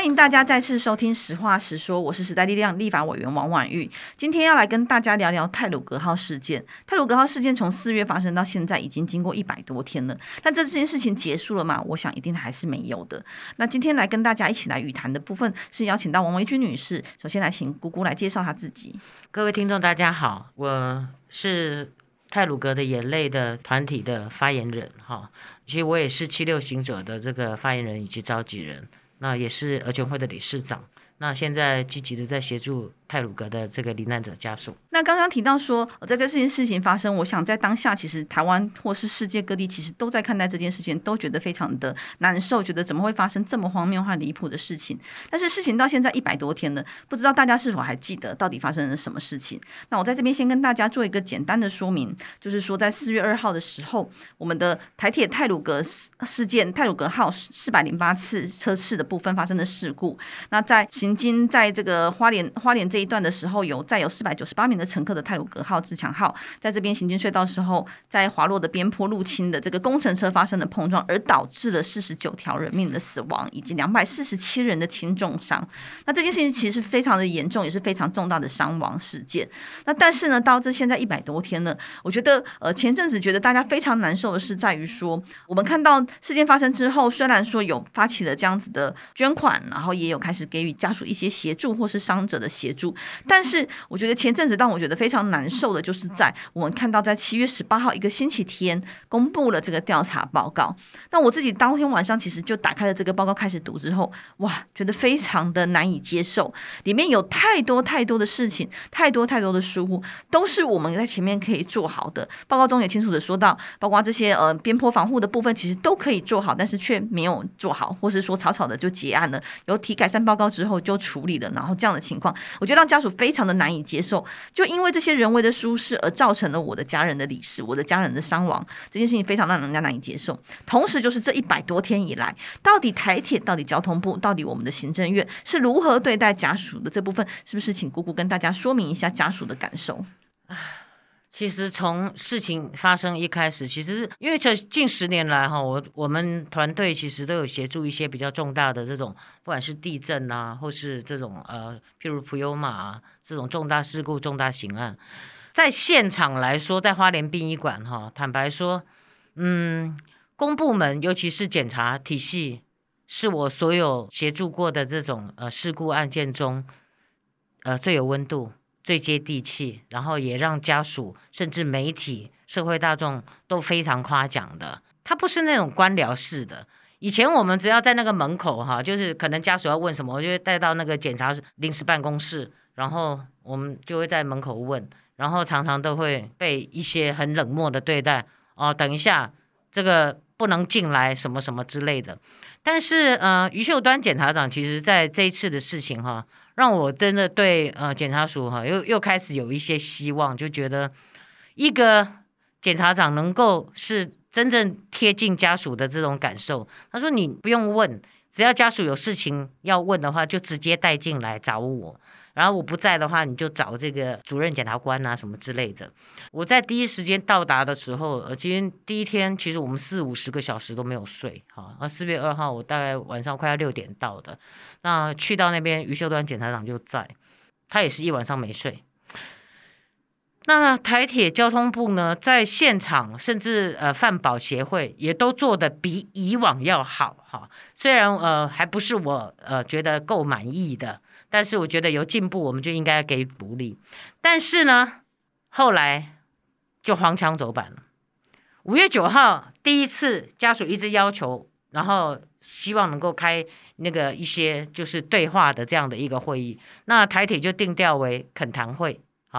欢迎大家再次收听实话实说，我是时代力量立法委员王婉玉。今天要来跟大家聊聊太鲁阁号事件。太鲁阁号事件从4月发生到现在，已经经过100多天了。但这件事情结束了吗？我想一定还是没有的。那今天来跟大家一起来语谈的部分，是邀请到王维君女士。首先来请姑姑来介绍她自己。 各位听众大家好，我是太鲁阁的眼泪的团体的发言人哈，其实我也是76行者的这个发言人以及召集人，那也是儿权会的理事长，那现在积极的在协助太鲁阁的这个罹难者家属。 那刚刚提到说，在这件事情发生，我想在当下，其实台湾或是世界各地，其实都在看待这件事情，都觉得非常的难受，觉得怎么会发生这么荒谬和离谱的事情。但是事情到现在100多天了，不知道大家是否还记得到底发生了什么事情？那我在这边先跟大家做一个简单的说明，就是说在4月2号的时候，我们的台铁太鲁阁事件，太鲁阁号408次车次的部分发生的事故。那在行经在这个花莲这一段的时候，载有498名的乘客的太鲁阁号自强号，在这边行经隧道的时候，在滑落的边坡路倾的这个工程车发生了碰撞，而导致了49条人命的死亡，以及247人的轻重伤。那这件事情其实非常的严重，也是非常重大的伤亡事件。那但是呢，到这现在100多天了，我觉得前阵子觉得大家非常难受的是在于说，我们看到事件发生之后，虽然说有发起了这样子的捐款，然后也有开始给予家属一些协助或是伤者的协助，但是我觉得前阵子让我觉得非常难受的就是在我们看到在7月18号一个星期天公布了这个调查报告。那我自己当天晚上其实就打开了这个报告开始读之后，哇，觉得非常的难以接受，里面有太多的事情，太多的疏忽，都是我们在前面可以做好的。报告中也清楚的说到，包括这些边坡防护的部分其实都可以做好，但是却没有做好，或是说草草的就结案了，有提改善报告之后就处理了，然后这样的情况，我觉得让家属非常的难以接受。就因为这些人为的疏失而造成了我的家人的离世，我的家人的伤亡，这件事情非常让人家难以接受。同时就是这100多天以来，到底台铁、到底交通部、到底我们的行政院是如何对待家属的，这部分是不是请姑姑跟大家说明一下家属的感受？ 其实从事情发生一开始，其实因为这近10年来我们团队其实都有协助一些比较重大的这种，不管是地震啊，或是这种譬如普悠玛啊这种重大事故、重大刑案，在现场来说，在花莲殡仪馆坦白说，公部门尤其是检察体系，是我所有协助过的这种事故案件中，最有温度、最接地气，然后也让家属甚至媒体、社会大众都非常夸奖的。它不是那种官僚式的。以前我们只要在那个门口就是可能家属要问什么，我就会带到那个检察临时办公室，然后我们就会在门口问，然后常常都会被一些很冷漠的对待等一下这个不能进来什么什么之类的。但是于秀端检察长其实在这一次的事情让我真的对检察署又开始有一些希望，就觉得一个检察长能够是真正贴近家属的这种感受。他说你不用问，只要家属有事情要问的话，就直接带进来找我，然后我不在的话，你就找这个主任检察官啊什么之类的。我在第一时间到达的时候，今天第一天其实我们40-50个小时都没有睡4月2号我大概晚上快要6点到的。那去到那边，于秀端检察长就在，他也是一晚上没睡。那台铁交通部呢，在现场甚至饭保协会也都做得比以往要好虽然还不是我觉得够满意的，但是我觉得有进步，我们就应该给予鼓励。但是呢，后来就荒腔走板了。5月9号第一次家属一直要求，然后希望能够开那个一些就是对话的这样的一个会议，那台铁就定调为恳谈会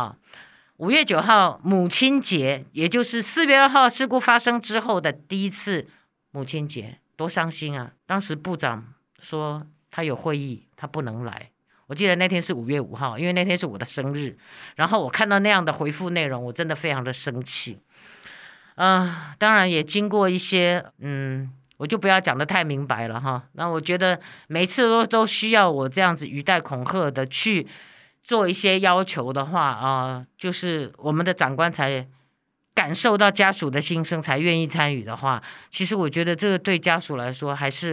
5月9号母亲节，也就是4月2号事故发生之后的第一次母亲节，多伤心啊！当时部长说他有会议，他不能来。我记得那天是5月5号，因为那天是我的生日。然后我看到那样的回复内容，我真的非常的生气。当然也经过一些我就不要讲得太明白了那我觉得每次都需要我这样子语带恐吓的去做一些要求的话就是我们的长官才感受到家属的心声，才愿意参与的话，其实我觉得这个对家属来说还是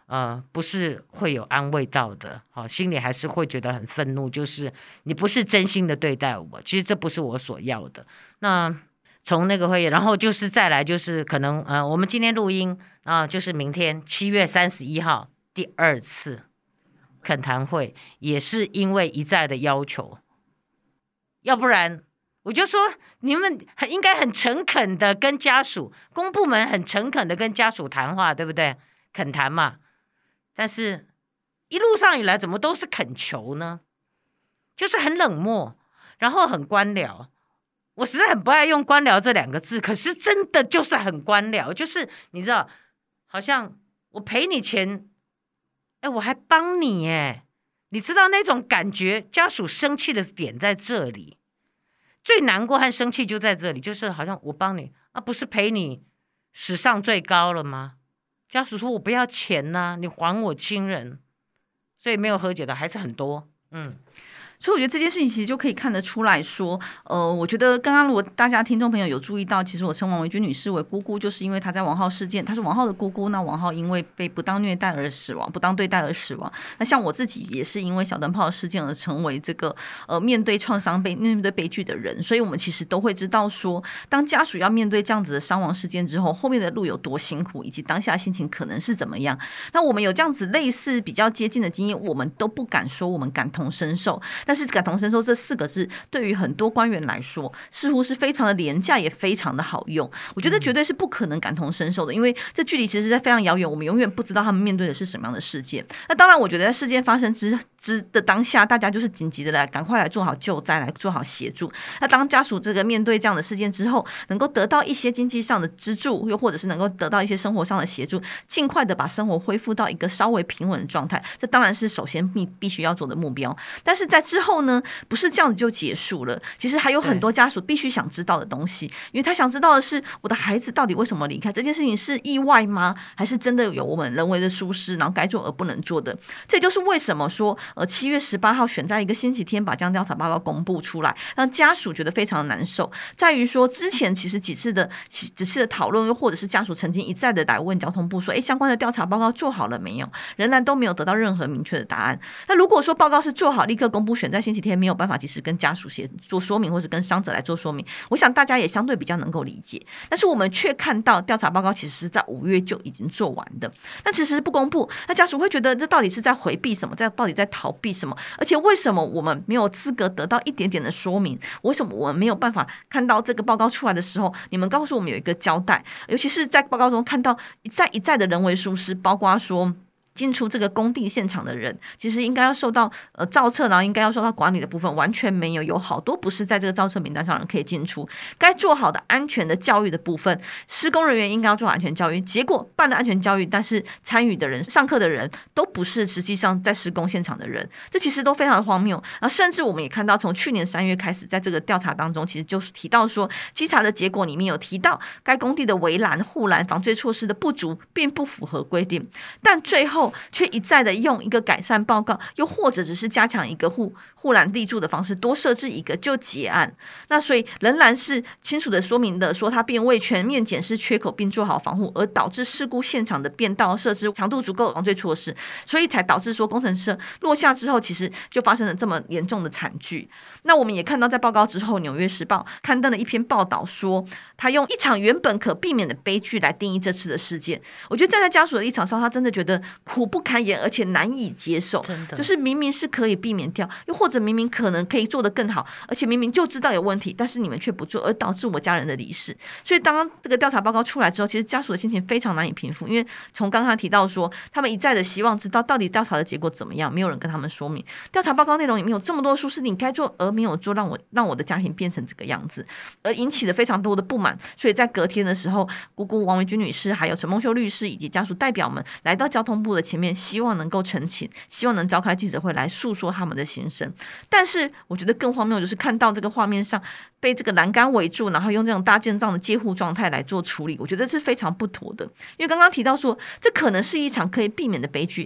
不是会有安慰到的，心里还是会觉得很愤怒，就是你不是真心的对待我，其实这不是我所要的。那从那个会议，然后就是再来就是可能我们今天录音就是明天7月31号第2次恳谈会，也是因为一再的要求，要不然我就说你们应该很诚恳的跟家属，公部门很诚恳的跟家属谈话，对不对？恳谈嘛。但是一路上以来怎么都是恳求呢？就是很冷漠，然后很官僚。我实在很不爱用官僚这2个字，可是真的就是很官僚，就是你知道，好像我赔你钱，我还帮你你知道那种感觉，家属生气的点在这里，最难过和生气就在这里，就是好像我帮你不是赔你史上最高了吗？家属说我不要钱你还我亲人，所以没有和解的还是很多。 所以我觉得这件事情其实就可以看得出来说，我觉得刚刚如果大家听众朋友有注意到，其实我称王维君女士为姑姑，就是因为她在王浩事件，她是王浩的姑姑，那王浩因为被不当虐待而死亡，不当对待而死亡。那像我自己也是因为小灯泡事件而成为这个面对创伤面对悲剧的人，所以我们其实都会知道说，当家属要面对这样子的伤亡事件之后，后面的路有多辛苦，以及当下心情可能是怎么样。那我们有这样子类似比较接近的经验，我们都不敢说我们感同身受。但是感同身受这4个字对于很多官员来说似乎是非常的廉价，也非常的好用。我觉得绝对是不可能感同身受的，因为这距离其实是非常遥远，我们永远不知道他们面对的是什么样的事件。那当然我觉得在事件发生之的当下，大家就是紧急的赶快来做好救灾，来做好协助。那当家属这个面对这样的事件之后，能够得到一些经济上的资助，又或者是能够得到一些生活上的协助，尽快的把生活恢复到一个稍微平稳的状态，这当然是首先必须要做的目标。但是在之后呢，不是这样子就结束了，其实还有很多家属必须想知道的东西，因为他想知道的是我的孩子到底为什么离开，这件事情是意外吗？还是真的有我们人为的疏失，然后该做而不能做的？这就是为什么说7月18号选在一个星期天把这样调查报告公布出来，让家属觉得非常难受，在于说之前其实几次的讨论，又或者是家属曾经一再的来问交通部说相关的调查报告做好了没有，仍然都没有得到任何明确的答案。那如果说报告是做好立刻公布，选在星期天没有办法及时跟家属做说明，或是跟伤者来做说明，我想大家也相对比较能够理解。但是我们却看到调查报告其实是在5月就已经做完的，那其实不公布，那家属会觉得这到底是在回避什么，到底在逃避什么？而且为什么我们没有资格得到一点点的说明？为什么我们没有办法看到这个报告出来的时候，你们告诉我们有一个交代？尤其是在报告中看到一再的人为疏失，包括说进出这个工地现场的人，其实应该要受到造册，然后应该要受到管理的部分完全没有，有好多不是在这个造册名单上的人可以进出。该做好的安全的教育的部分，施工人员应该要做安全教育，结果办了安全教育，但是参与的人、上课的人都不是实际上在施工现场的人，这其实都非常的荒谬。然后甚至我们也看到，从去年3月开始，在这个调查当中，其实就是提到说，稽查的结果里面有提到该工地的围栏、护栏、防坠措施的不足，并不符合规定，但最后却一再的用一个改善报告，又或者只是加强一个护栏立柱的方式，多设置一个就结案。那所以仍然是清楚的说明的说，他并未全面检视缺口并做好防护，而导致事故现场的变道设置强度足够防坠措施，所以才导致说工程师落下之后，其实就发生了这么严重的惨剧。那我们也看到，在报告之后，《纽约时报》刊登了一篇报道，说他用一场原本可避免的悲剧来定义这次的事件。我觉得站在家属的立场上，他真的觉得苦不堪言，而且难以接受。就是明明是可以避免掉，又或者明明可能可以做得更好，而且明明就知道有问题，但是你们却不做，而导致我家人的离世。所以当这个调查报告出来之后，其实家属的心情非常难以平复，因为从刚刚提到说，他们一再的希望知道到底调查的结果怎么样，没有人跟他们说明。调查报告内容里面有这么多疏失你该做而没有做，让我的家庭变成这个样子，而引起了非常多的不满。所以在隔天的时候，姑姑王维君女士还有陈梦秀律师以及家属代表们来到交通部的前面，希望能够澄清，希望能召开记者会来诉说他们的心声。但是我觉得更荒谬就是看到这个画面上被这个栏杆围住，然后用这种大阵仗的戒护状态来做处理，我觉得是非常不妥的。因为刚刚提到说，这可能是一场可以避免的悲剧，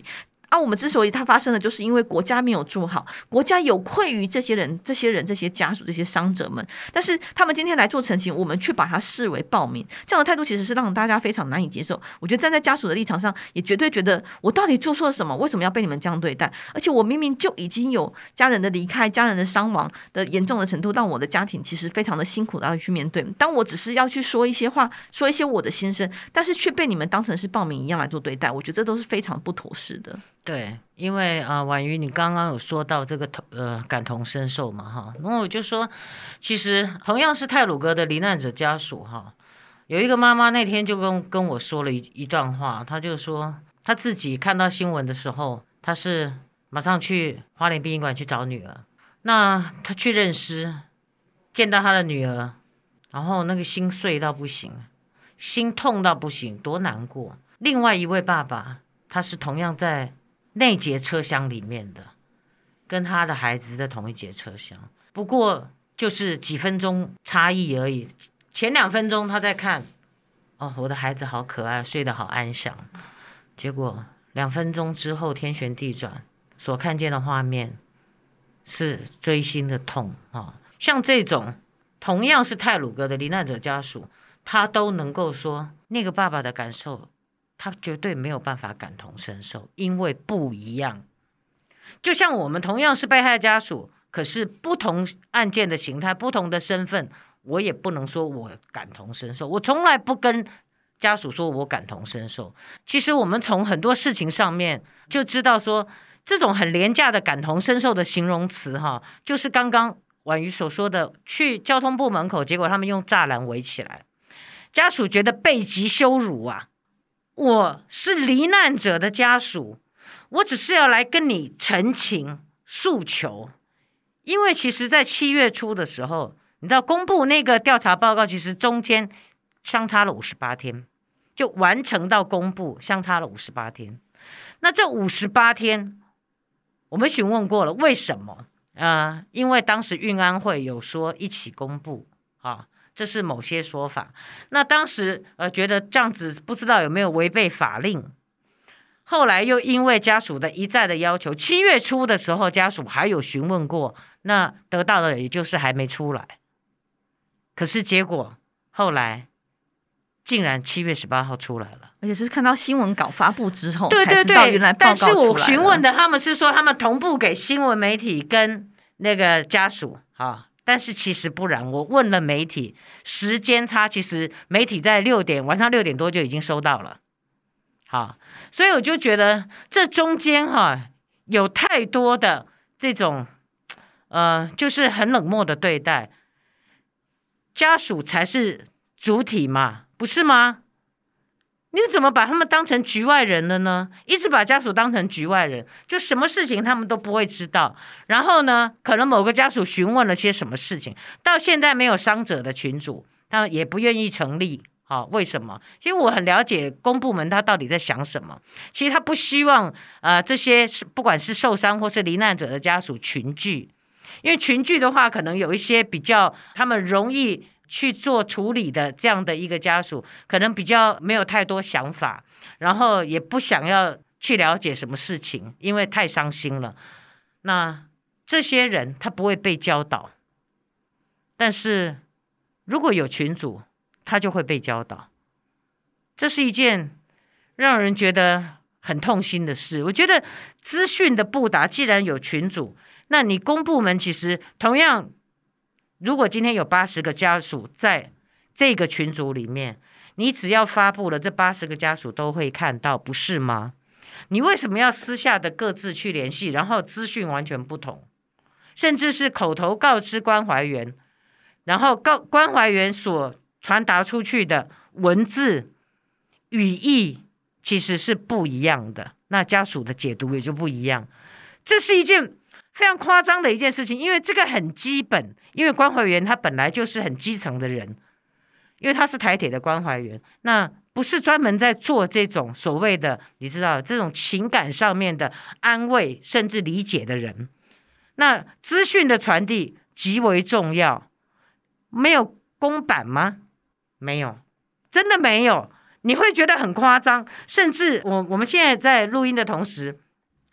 我们之所以它发生的，就是因为国家没有做好，国家有愧于这些人、这些家属、这些伤者们。但是他们今天来做陈情，我们却把它视为暴民，这样的态度其实是让大家非常难以接受。我觉得站在家属的立场上，也绝对觉得我到底做错了什么？为什么要被你们这样对待？而且我明明就已经有家人的离开、家人的伤亡的严重的程度，让我的家庭其实非常的辛苦的要去面对。当我只是要去说一些话，说一些我的心声，但是却被你们当成是暴民一样来做对待，我觉得这都是非常不妥适的。 对，因为婉瑜，你刚刚有说到这个感同身受嘛哈，那我就说，其实同样是太鲁阁的罹难者家属哈，有一个妈妈那天就跟我说了一段话，她就说她自己看到新闻的时候，她是马上去花莲殡仪馆去找女儿，那她去认尸，见到她的女儿，然后那个心碎到不行，心痛到不行，多难过。另外一位爸爸，他是同样在那节车厢里面的，跟他的孩子在同一节车厢，不过就是几分钟差异而已。前2分钟他在看，我的孩子好可爱，睡得好安详。结果2分钟之后天旋地转，所看见的画面是锥心的痛像这种同样是太鲁阁的罹难者家属，他都能够说那个爸爸的感受，他绝对没有办法感同身受，因为不一样。就像我们同样是被害家属，可是不同案件的形态、不同的身份，我也不能说我感同身受。我从来不跟家属说我感同身受。其实我们从很多事情上面就知道说，这种很廉价的感同身受的形容词就是刚刚婉瑜所说的，去交通部门口，结果他们用栅栏围起来，家属觉得背极羞辱啊！我是罹难者的家属，我只是要来跟你陈情诉求。因为其实在7月初的时候，你知道公布那个调查报告，其实中间相差了58天，就完成到公布相差了58天。那这58天我们询问过了，为什么？因为当时运安会有说一起公布这是某些说法。那当时觉得这样子不知道有没有违背法令，后来又因为家属的一再的要求，7月初的时候家属还有询问过，那得到的也就是还没出来。可是结果后来竟然7月18号出来了， 而且是看到新闻稿发布之后对才知道原来报告出来了。 但是我询问的他们是说他们同步给新闻媒体跟那个家属但是其实不然，我问了媒体，时间差，其实媒体在晚上6点多就已经收到了。所以我就觉得这中间有太多的这种就是很冷漠的对待，家属才是主体嘛，不是吗？你怎么把他们当成局外人了呢？一直把家属当成局外人，就什么事情他们都不会知道。然后呢，可能某个家属询问了些什么事情，到现在没有伤者的群组，他也不愿意成立。为什么？其实我很了解公部门他到底在想什么。其实他不希望这些不管是受伤或是罹难者的家属群聚，因为群聚的话，可能有一些比较他们容易去做处理的这样的一个家属，可能比较没有太多想法，然后也不想要去了解什么事情，因为太伤心了。那这些人他不会被教导，但是如果有群组，他就会被教导。这是一件让人觉得很痛心的事。我觉得资讯的布达，既然有群组，那你公部门其实同样，如果今天有80个家属在这个群组里面，你只要发布了，这80个家属都会看到，不是吗？你为什么要私下的各自去联系，然后资讯完全不同，甚至是口头告知关怀员，然后关怀员所传达出去的文字语义其实是不一样的，那家属的解读也就不一样。这是一件非常夸张的一件事情，因为这个很基本，因为关怀员他本来就是很基层的人，因为他是台铁的关怀员，那不是专门在做这种所谓的你知道这种情感上面的安慰甚至理解的人。那资讯的传递极为重要，没有公版吗？没有，真的没有。你会觉得很夸张，甚至我们现在在录音的同时，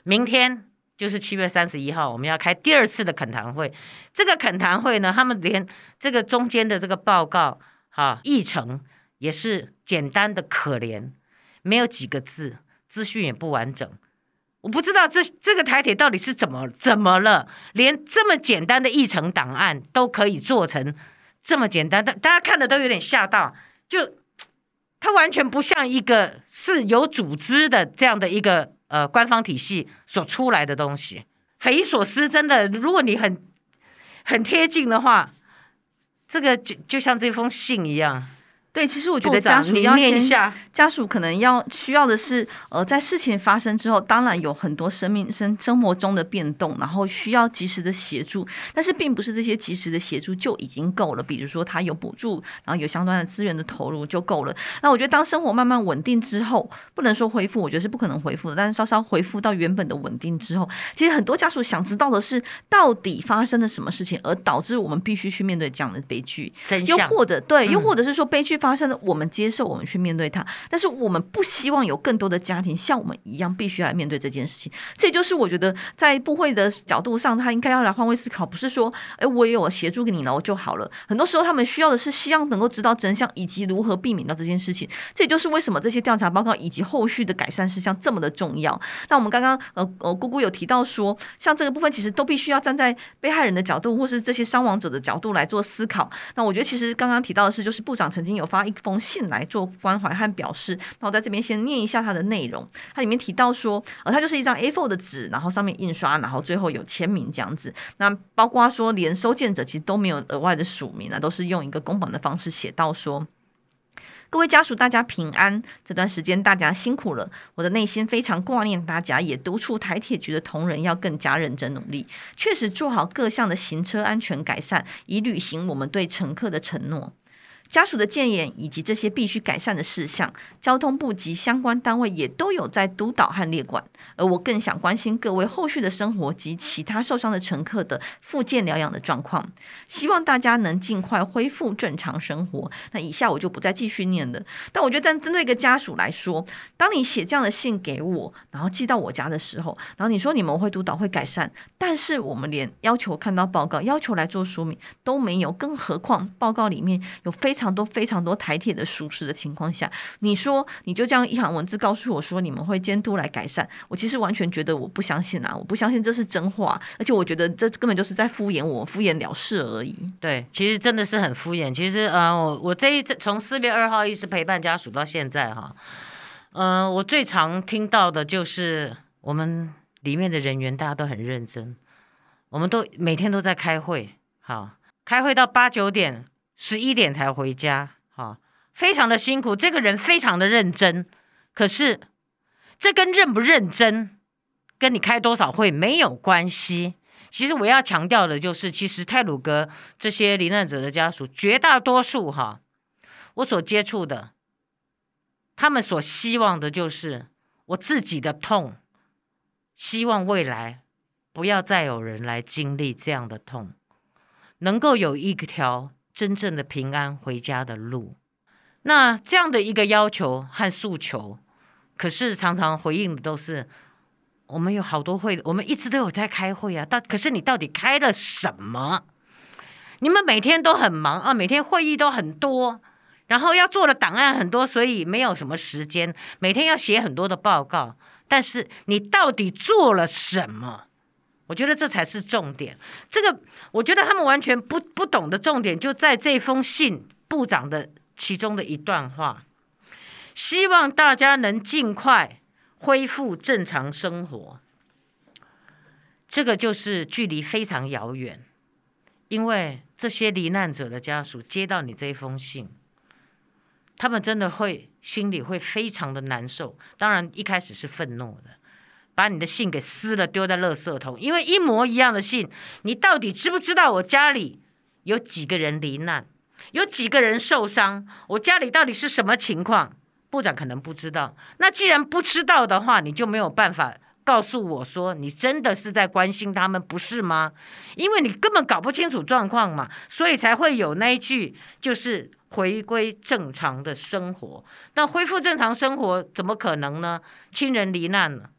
明天就是7月31号，我们要开第2次的恳谈会。这个恳谈会呢，他们连这个中间的这个报告议程也是简单的可怜，没有几个字，资讯也不完整。我不知道这个台铁到底是怎么了，连这么简单的议程档案都可以做成这么简单，大家看的都有点吓到，就它完全不像一个是有组织的这样的一个官方体系所出来的东西，匪夷所思。真的，如果你很贴近的话，这个就像这封信一样。 对，其实我觉得家属要念一下， 家属可能需要的是，在事情发生之后，当然有很多生活中的变动，然后需要及时的协助，但是并不是这些及时的协助就已经够了。比如说他有补助，然后有相关的资源的投入就够了。那我觉得当生活慢慢稳定之后，不能说恢复，我觉得是不可能恢复的，但是稍稍恢复到原本的稳定之后，其实很多家属想知道的是，到底发生了什么事情，而导致我们必须去面对这样的悲剧， 真相。 又或者是说悲剧发生了，我们接受，我们去面对它，但是我们不希望有更多的家庭像我们一样必须来面对这件事情。这就是我觉得在部会的角度上，他应该要来换位思考，不是说我也有协助给你了就好了。很多时候他们需要的是希望能够知道真相，以及如何避免到这件事情。这也就是为什么这些调查报告以及后续的改善事项这么的重要。那我们刚刚姑姑有提到说，像这个部分其实都必须要站在被害人的角度或是这些伤亡者的角度来做思考。那我觉得其实刚刚提到的是，就是部长曾经有发一封信来做关怀和表示。那我在这边先念一下它的内容。它里面提到说，它就是一张 A4 的纸，然后上面印刷，然后最后有签名这样子。那包括说连收件者其实都没有额外的署名啊，都是用一个公版的方式写到说，各位家属，大家平安。这段时间大家辛苦了，我的内心非常挂念大家，也督促台铁局的同仁要更加认真努力，确实做好各项的行车安全改善，以履行我们对乘客的承诺。家属的建言以及这些必须改善的事项，交通部及相关单位也都有在督导和列管。而我更想关心各位后续的生活及其他受伤的乘客的复健疗养的状况，希望大家能尽快恢复正常生活。那以下我就不再继续念了。但我觉得针对一个家属来说，当你写这样的信给我，然后寄到我家的时候，然后你说你们会督导会改善，但是我们连要求看到报告，要求来做说明都没有，更何况报告里面有非常多台铁的疏失的情况下，你说你就这样一行文字告诉我说你们会监督来改善，我其实完全觉得我不相信啊，我不相信这是真话，而且我觉得这根本就是在敷衍我，敷衍了事而已。 对，其实真的是很敷衍。其实我这从4月2号一直陪伴家属到现在我最常听到的就是我们里面的人员大家都很认真，我们都每天都在开会，开会到8、9点。11点才回家，非常的辛苦。这个人非常的认真，可是这跟认不认真，跟你开多少会没有关系。其实我要强调的就是，其实太鲁阁这些罹难者的家属，绝大多数我所接触的，他们所希望的就是我自己的痛，希望未来不要再有人来经历这样的痛，能够有一条真正的平安回家的路。那这样的一个要求和诉求，可是常常回应的都是我们有好多会，我们一直都有在开会啊，可是你到底开了什么？你们每天都很忙啊，每天会议都很多，然后要做的档案很多，所以没有什么时间，每天要写很多的报告，但是你到底做了什么？我觉得这才是重点。这个我觉得他们完全不懂的重点就在这封信部长的其中的一段话，希望大家能尽快恢复正常生活。这个就是距离非常遥远，因为这些罹难者的家属接到你这封信，他们真的心里会非常的难受。当然一开始是愤怒的，把你的信给撕了丢在垃圾桶，因为一模一样的信，你到底知不知道我家里有几个人罹难，有几个人受伤，我家里到底是什么情况？部长可能不知道。那既然不知道的话，你就没有办法告诉我说你真的是在关心他们，不是吗？因为你根本搞不清楚状况嘛，所以才会有那一句，就是回归正常的生活。那恢复正常生活怎么可能呢？亲人罹难了，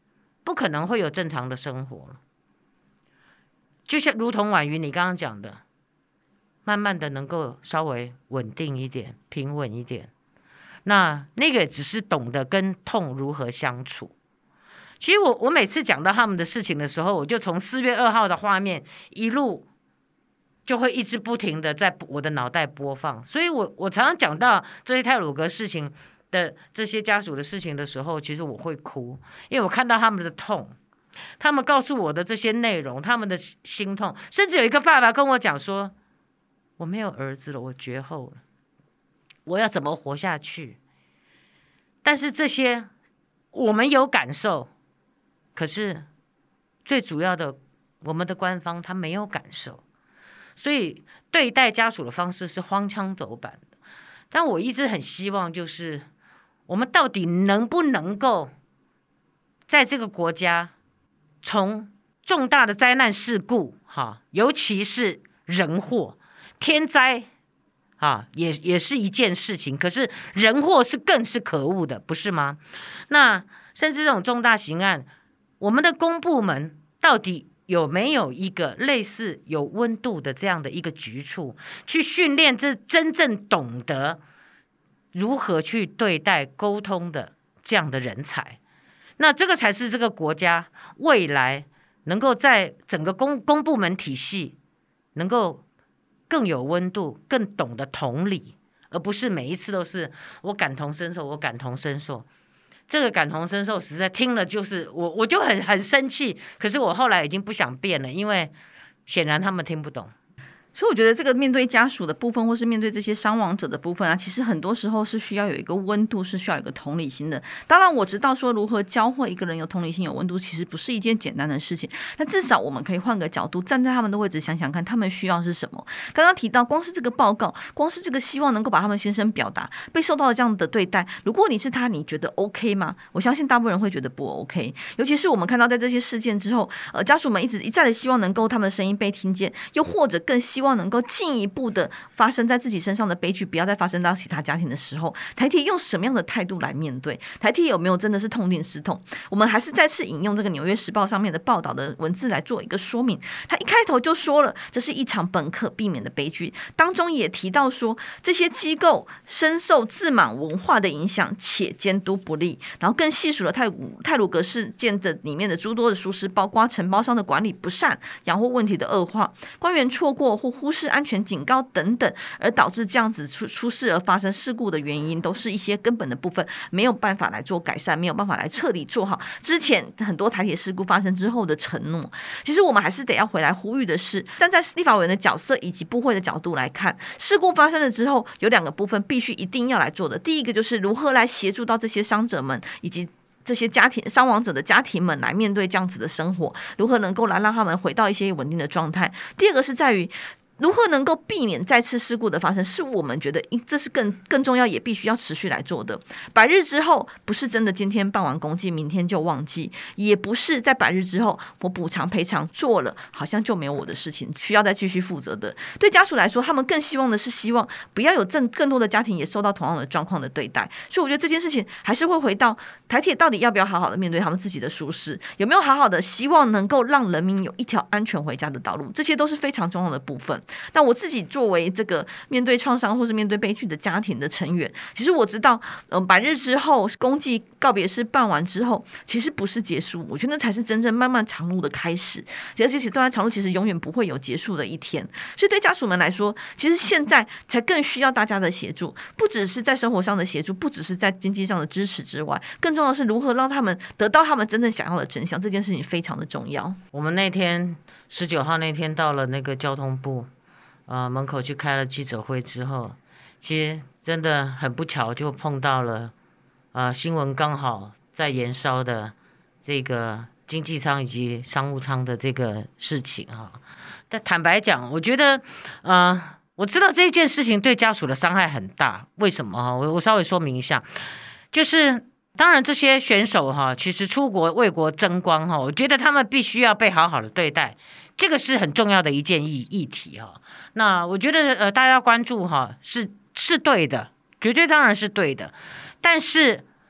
不可能会有正常的生活。就像如同婉瑜你刚刚讲的，慢慢的能够稍微稳定一点，平稳一点，那个只是懂得跟痛如何相处。其实我每次讲到他们的事情的时候，我就从4月2号的画面一路就会一直不停的在我的脑袋播放，所以我常常讲到这些太鲁阁事情的这些家属的事情的时候，其实我会哭，因为我看到他们的痛，他们告诉我的这些内容，他们的心痛，甚至有一个爸爸跟我讲说，我没有儿子了，我绝后了，我要怎么活下去？但是这些我们有感受，可是最主要的，我们的官方他没有感受，所以对待家属的方式是荒腔走板的。但我一直很希望，就是我们到底能不能够在这个国家，从重大的灾难事故，尤其是人祸、天灾也是一件事情，可是人祸更是可恶的，不是吗？那甚至这种重大刑案，我们的公部门到底有没有一个类似有温度的这样的一个局处，去训练这真正懂得如何去对待沟通的这样的人才？那这个才是这个国家未来能够在整个公部门体系能够更有温度，更懂得同理，而不是每一次都是我感同身受，我感同身受。这个感同身受实在听了就是我就很生气，可是我后来已经不想变了，因为显然他们听不懂。 所以我觉得这个面对家属的部分，或是面对这些伤亡者的部分啊，其实很多时候是需要有一个温度，是需要有一个同理心的。当然我知道说如何教会一个人有同理心、有温度，其实不是一件简单的事情。但至少我们可以换个角度，站在他们的位置想想看，他们需要是什么。刚刚提到，光是这个报告，光是这个希望能够把他们心声表达，被受到了这样的对待，如果你是他，你觉得 OK 吗？我相信大部分人会觉得不 OK。尤其是我们看到在这些事件之后，家属们一再的希望能够他们的声音被听见，又或者更希望能够进一步的发生在自己身上的悲剧不要再发生到其他家庭的时候，台铁用什么样的态度来面对？台铁有没有真的是痛定思痛？我们还是再次引用这个《纽约时报》上面的报道的文字来做一个说明。他一开头就说了，这是一场本可避免的悲剧，当中也提到说，这些机构深受自满文化的影响，且监督不力，然后更细数了太鲁阁事件的里面的诸多的疏失，包括承包商的管理不善、养护问题的恶化、官员错过或忽视安全警告等等，而导致这样子出事而发生事故的原因，都是一些根本的部分没有办法来做改善，没有办法来彻底做好之前很多台铁事故发生之后的承诺。其实我们还是得要回来呼吁的是，站在立法委员的角色以及部会的角度来看，事故发生了之后，有2个部分必须一定要来做的。第一个就是如何来协助到这些伤者们以及这些家庭伤亡者的家庭们来面对这样子的生活，如何能够来让他们回到一些稳定的状态。第二个是在于如何能够避免再次事故的发生，是我们觉得这是更重要，也必须要持续来做的。100日之后，不是真的今天办完公祭，明天就忘记，也不是在100日之后我补偿赔偿做了，好像就没有我的事情需要再继续负责的。对家属来说，他们更希望的是希望不要有更多的家庭也受到同样的状况的对待。所以我觉得这件事情还是会回到台铁到底要不要好好的面对他们自己的疏失，有没有好好的希望能够让人民有一条安全回家的道路，这些都是非常重要的部分。那我自己作为这个面对创伤或是面对悲剧的家庭的成员，其实我知道，100日之后公祭告别式办完之后，其实不是结束，我觉得那才是真正漫漫长路的开始。而且这段长路其实永远不会有结束的一天，所以对家属们来说，其实现在才更需要大家的协助，不只是在生活上的协助，不只是在经济上的支持之外，更重要的是如何让他们得到他们真正想要的真相，这件事情非常的重要。 我们那天19号那天到了那个交通部门口去开了记者会之后，其实真的很不巧就碰到了新闻刚好在延烧的这个经济舱以及商务舱的这个事情但坦白讲，我觉得我知道这件事情对家属的伤害很大。为什么我稍微说明一下，就是当然这些选手其实出国为国争光我觉得他们必须要被好好的对待，这个是很重要的一件议题那我觉得大家关注是对的，绝对当然是对的，但是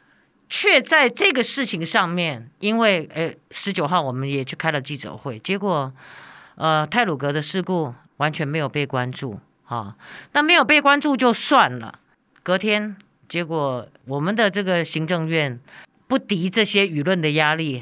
却在这个事情上面，因为19号我们也去开了记者会，结果太鲁阁的事故完全没有被关注啊。那没有被关注就算了，隔天结果我们的这个行政院不敌这些舆论的压力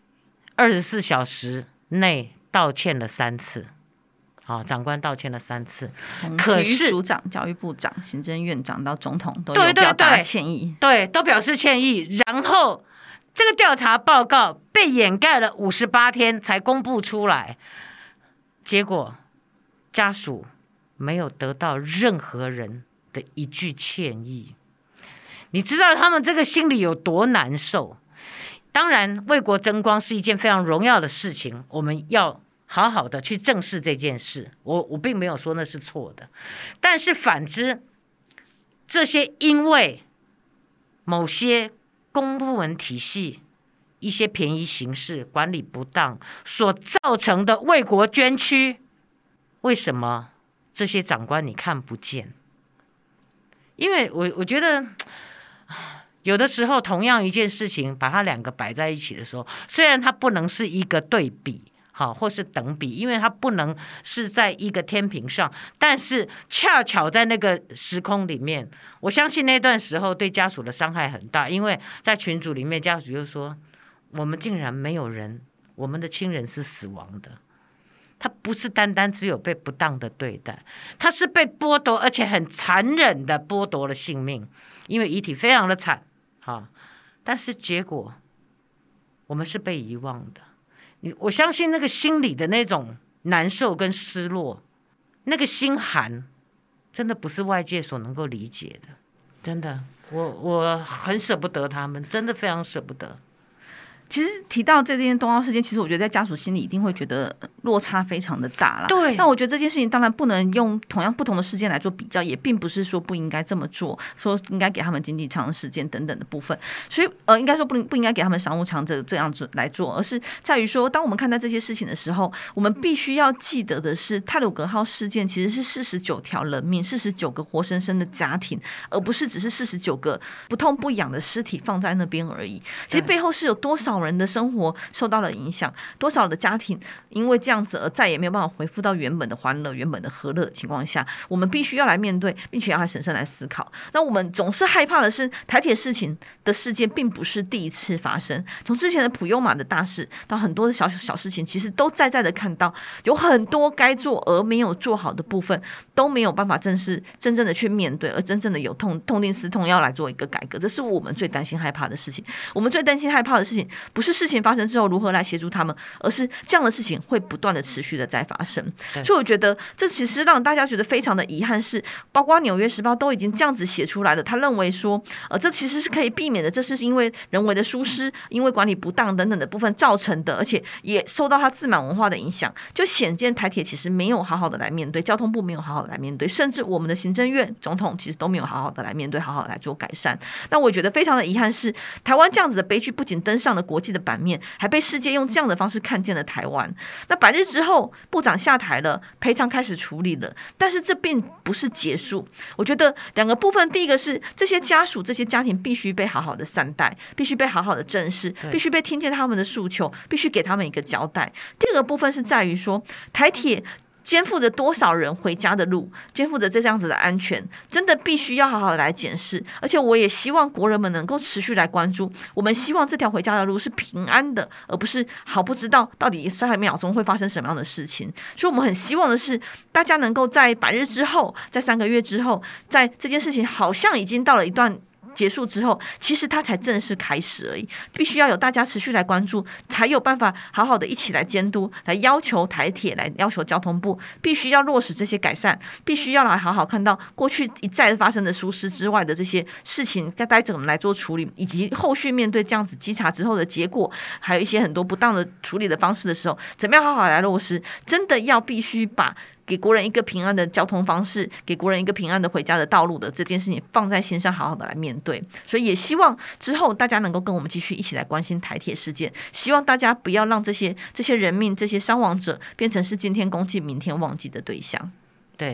，24小时内道歉了3次。长官道歉了3次，可是体育署长、教育部长、行政院长到总统都有表达歉意， 对，都表示歉意。然后这个调查报告被掩盖了58天才公布出来，结果家属没有得到任何人的一句歉意。你知道他们这个心里有多难受？当然，为国争光是一件非常荣耀的事情，我们要好好的去正视这件事，我并没有说那是错的，但是反之，这些因为某些公部门体系一些便宜行事、管理不当所造成的为国捐躯，为什么这些长官你看不见？因为我觉得有的时候同样一件事情，把它2个摆在一起的时候，虽然它不能是一个对比或是等比，因为它不能是在一个天平上，但是恰巧在那个时空里面，我相信那段时候对家属的伤害很大，因为在群组里面家属就说，我们竟然没有人，我们的亲人是死亡的，他不是单单只有被不当的对待，他是被剥夺，而且很残忍的剥夺了性命，因为遗体非常的惨但是结果我们是被遗忘的。我相信那个心里的那种难受跟失落，那个心寒，真的不是外界所能够理解的。真的，我很舍不得他们，真的非常舍不得。 其实提到这件东奥事件，其实我觉得在家属心里一定会觉得落差非常的大啦。 对。 那我觉得这件事情当然不能用同样不同的事件来做比较，也并不是说不应该这么做，说应该给他们经济舱时间等等的部分。所以应该说不应该给他们商务舱这样子来做，而是在于说，当我们看待这些事情的时候，我们必须要记得的是，太鲁阁号事件其实是49条人命，49个活生生的家庭，而不是只是49个不痛不痒的尸体放在那边而已。其实背后是有多少人的生活受到了影响，多少的家庭因为这样子而再也没有办法恢复到原本的欢乐、原本的和乐的情况下，我们必须要来面对，并且要来审慎来思考。那我们总是害怕的是，台铁事件并不是第一次发生，从之前的普悠玛的大事到很多的小事情，其实都在的看到有很多该做而没有做好的部分，都没有办法真正的去面对，而真正的有痛定思痛要来做一个改革，这是我们最担心害怕的事情。我们最担心害怕的事情不是事情发生之后如何来协助他们，而是这样的事情会不断的持续的在发生。所以我觉得这其实让大家觉得非常的遗憾，是包括纽约时报都已经这样子写出来了，他认为说这其实是可以避免的，这是因为人为的疏失，因为管理不当等等的部分造成的，而且也受到他自满文化的影响，就显见台铁其实没有好好的来面对，交通部没有好好的来面对，甚至我们的行政院总统其实都没有好好的来面对，好好的来做改善。那我觉得非常的遗憾是，台湾这样子的悲剧不仅登上了国际的版面，还被世界用这样的方式看见了台湾。那百日之后，部长下台了，赔偿开始处理了，但是这并不是结束。我觉得2个部分，第一个是这些家属、这些家庭必须被好好的善待，必须被好好的正视，必须被听见他们的诉求，必须给他们一个交代。第2个部分是在于说，台铁肩负着多少人回家的路，肩负着这样子的安全，真的必须要好好的来检视。而且我也希望国人们能够持续来关注，我们希望这条回家的路是平安的，而不是好不知道到底下一秒钟会发生什么样的事情。所以我们很希望的是，大家能够在100日之后，在3个月之后，在这件事情好像已经到了一段结束之后，其实它才正式开始而已，必须要有大家持续来关注，才有办法好好的一起来监督，来要求台铁，来要求交通部，必须要落实这些改善，必须要来好好看到过去一再发生的疏失之外的这些事情该怎么来做处理，以及后续面对这样子稽查之后的结果，还有一些很多不当的处理的方式的时候，怎么样好好来落实，真的要必须把给国人一个平安的交通方式，给国人一个平安的回家的道路的这件事情放在心上，好好的来面对。所以也希望之后大家能够跟我们继续一起来关心台铁事件，希望大家不要让这些人命、这些伤亡者变成是今天公祭明天忘记的对象。 对，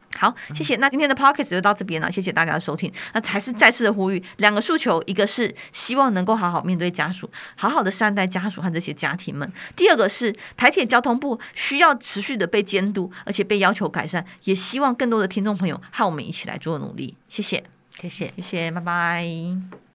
好，谢谢。那今天的 podcast 就到这边了，谢谢大家的收听。那还是再次的呼吁2个诉求，一个是希望能够好好面对家属，好好的善待家属和这些家庭们；第二个是台铁交通部需要持续的被监督，而且被要求改善，也希望更多的听众朋友和我们一起来做努力。谢谢， 谢谢， 谢谢，拜拜。